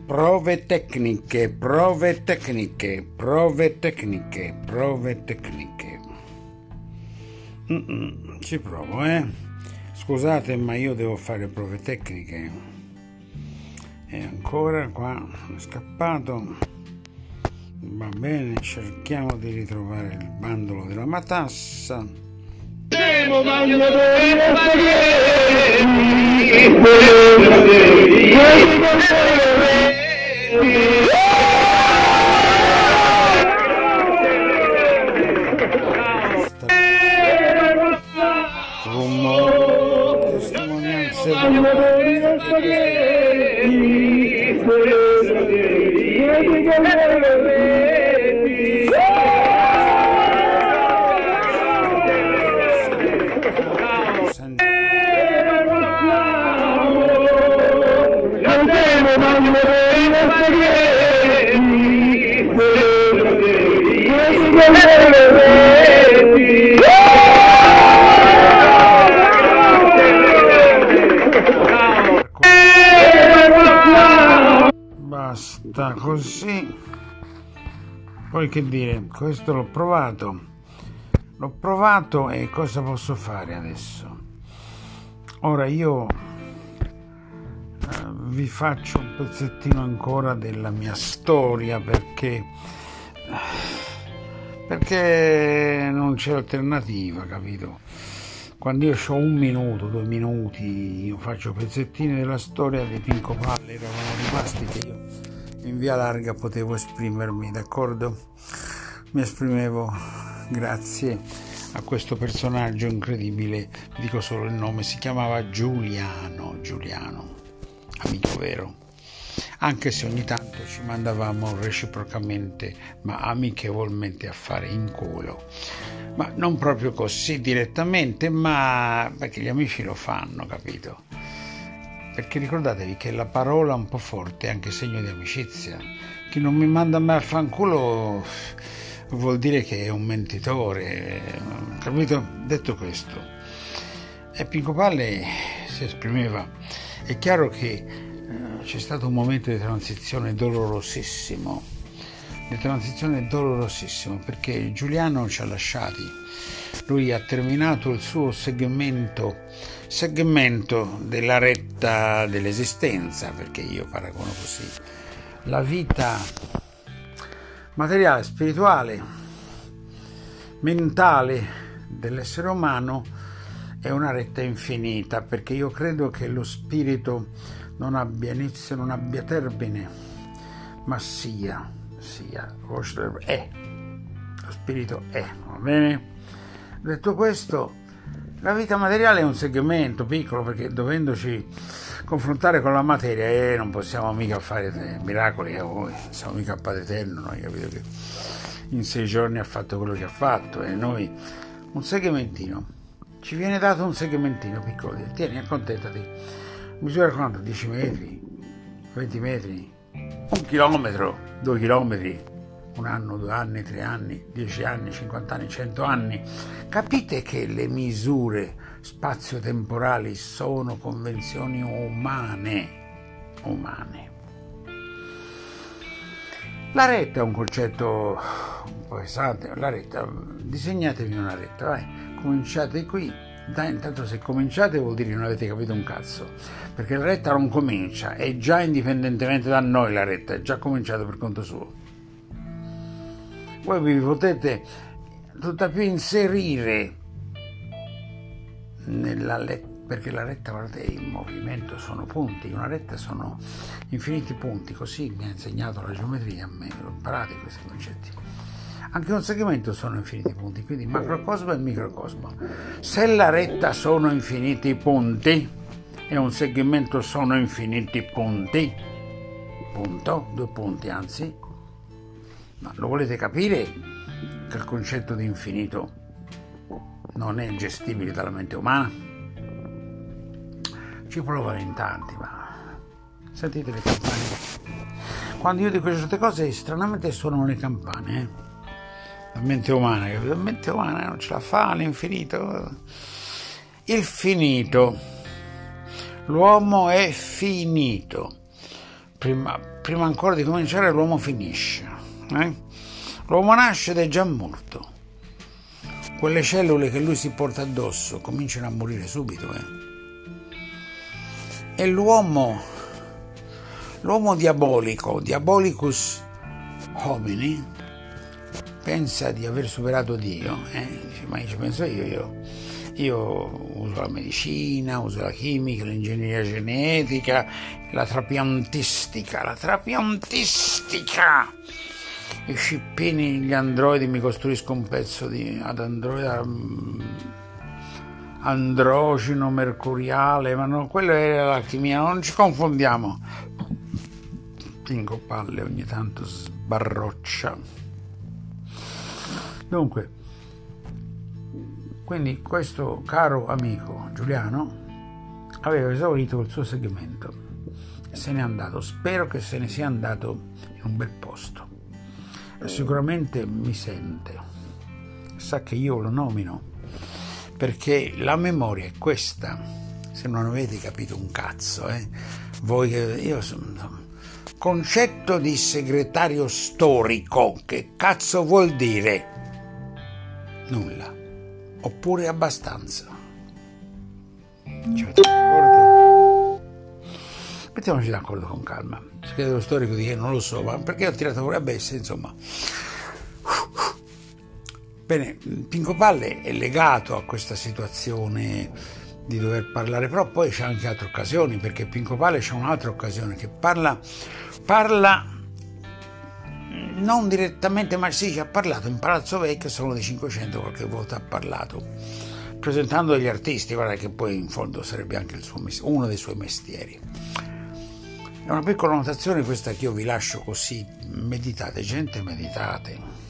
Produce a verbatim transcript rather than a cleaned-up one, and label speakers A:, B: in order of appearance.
A: Prove tecniche, prove tecniche, prove tecniche, prove tecniche. Mm-mm, ci provo, eh. Scusate, ma io devo fare prove tecniche. E ancora qua è scappato. Va bene, cerchiamo di ritrovare il bandolo della matassa. Devo Basta così. Poi che dire, questo l'ho provato l'ho provato e cosa posso fare adesso? Ora io vi faccio un pezzettino ancora della mia storia perché perché non c'è alternativa, capito? Quando io ho un minuto, due minuti, io faccio pezzettini della storia dei Pinco Palle, eravamo rimasti che io in via larga potevo esprimermi, d'accordo? Mi esprimevo grazie a questo personaggio incredibile, dico solo il nome, si chiamava Giuliano, Giuliano. Amico vero, anche se ogni tanto ci mandavamo reciprocamente ma amichevolmente a fare in culo, ma non proprio così direttamente, ma perché gli amici lo fanno, capito? Perché ricordatevi che la parola un po' forte è anche segno di amicizia. Chi non mi manda mai a fanculo vuol dire che è un mentitore, capito? Detto questo, e Pinco Palle si esprimeva. È chiaro che eh, c'è stato un momento di transizione dolorosissimo, di transizione dolorosissimo, perché Giuliano ci ha lasciati. Lui ha terminato il suo segmento, segmento della retta dell'esistenza, perché io paragono così la vita materiale, spirituale, mentale dell'essere umano è una retta infinita, perché io credo che lo spirito non abbia inizio, non abbia termine, ma sia, sia, è, lo spirito è, va bene? Detto questo, la vita materiale è un segmento piccolo, perché dovendoci confrontare con la materia eh, non possiamo mica fare miracoli a voi, non siamo mica a Padre Eterno, noi, capito che in sei giorni ha fatto quello che ha fatto e noi un segmentino. Ci viene dato un segmentino piccolo, tieni, accontentati, misura quanto? dieci metri, venti metri, un chilometro, due chilometri, un anno, due anni, tre anni, dieci anni, cinquanta anni, cento anni. Capite che le misure spazio-temporali sono convenzioni umane, umane. La retta è un concetto un po' pesante, la retta, disegnatevi una retta, vai. Cominciate qui, dai, intanto se cominciate vuol dire che non avete capito un cazzo, perché la retta non comincia, è già indipendentemente da noi la retta, è già cominciata per conto suo. Voi vi potete tutta più inserire nella retta, perché la retta, guardate, è in movimento, sono punti, una retta sono infiniti punti, così mi ha insegnato la geometria a me, lo imparate questi concetti. Anche un segmento sono infiniti punti, quindi macrocosmo e microcosmo. Se la retta sono infiniti punti e un segmento sono infiniti punti, punto, due punti anzi, ma lo volete capire che il concetto di infinito non è gestibile dalla mente umana? Ci provano in tanti, ma sentite le campane. Quando io dico certe cose stranamente suonano le campane, eh? La mente umana, capito? La mente umana non ce la fa, l'infinito. Il finito. L'uomo è finito. prima, prima ancora di cominciare l'uomo finisce, eh? L'uomo nasce ed è già morto. Quelle cellule che lui si porta addosso cominciano a morire subito, eh? E l'uomo, l'uomo diabolico, diabolicus homini, pensa di aver superato Dio, eh? Dice, ma ci penso io, io, io uso la medicina, uso la chimica, l'ingegneria genetica, la trapiantistica, la trapiantistica. I scippini, gli androidi, mi costruisco un pezzo di ad androide, androgeno mercuriale, ma no, quello era l'alchimia, non ci confondiamo. Pinco Palle ogni tanto sbarroccia. Dunque, quindi questo caro amico Giuliano aveva esaurito il suo segmento e se n'è andato. Spero che se ne sia andato in un bel posto. Sicuramente mi sente, sa che io lo nomino, perché la memoria è questa. Se non avete capito un cazzo, eh? Voi che io sono concetto di segretario storico, che cazzo vuol dire? Nulla, oppure abbastanza. Ci avete d'accordo? Mettiamoci d'accordo con calma. Segretario storico di che non lo so, ma perché ho tirato fuori a Besse, insomma. Bene, Pinco Palle è legato a questa situazione di dover parlare, però poi c'è anche altre occasioni, perché Pinco Palle c'è un'altra occasione che parla, parla non direttamente, ma sì, ci ha parlato in Palazzo Vecchio, Salone dei Cinquecento, qualche volta ha parlato, presentando degli artisti, guarda che poi in fondo sarebbe anche il suo uno dei suoi mestieri. È una piccola notazione questa che io vi lascio così, meditate, gente, meditate.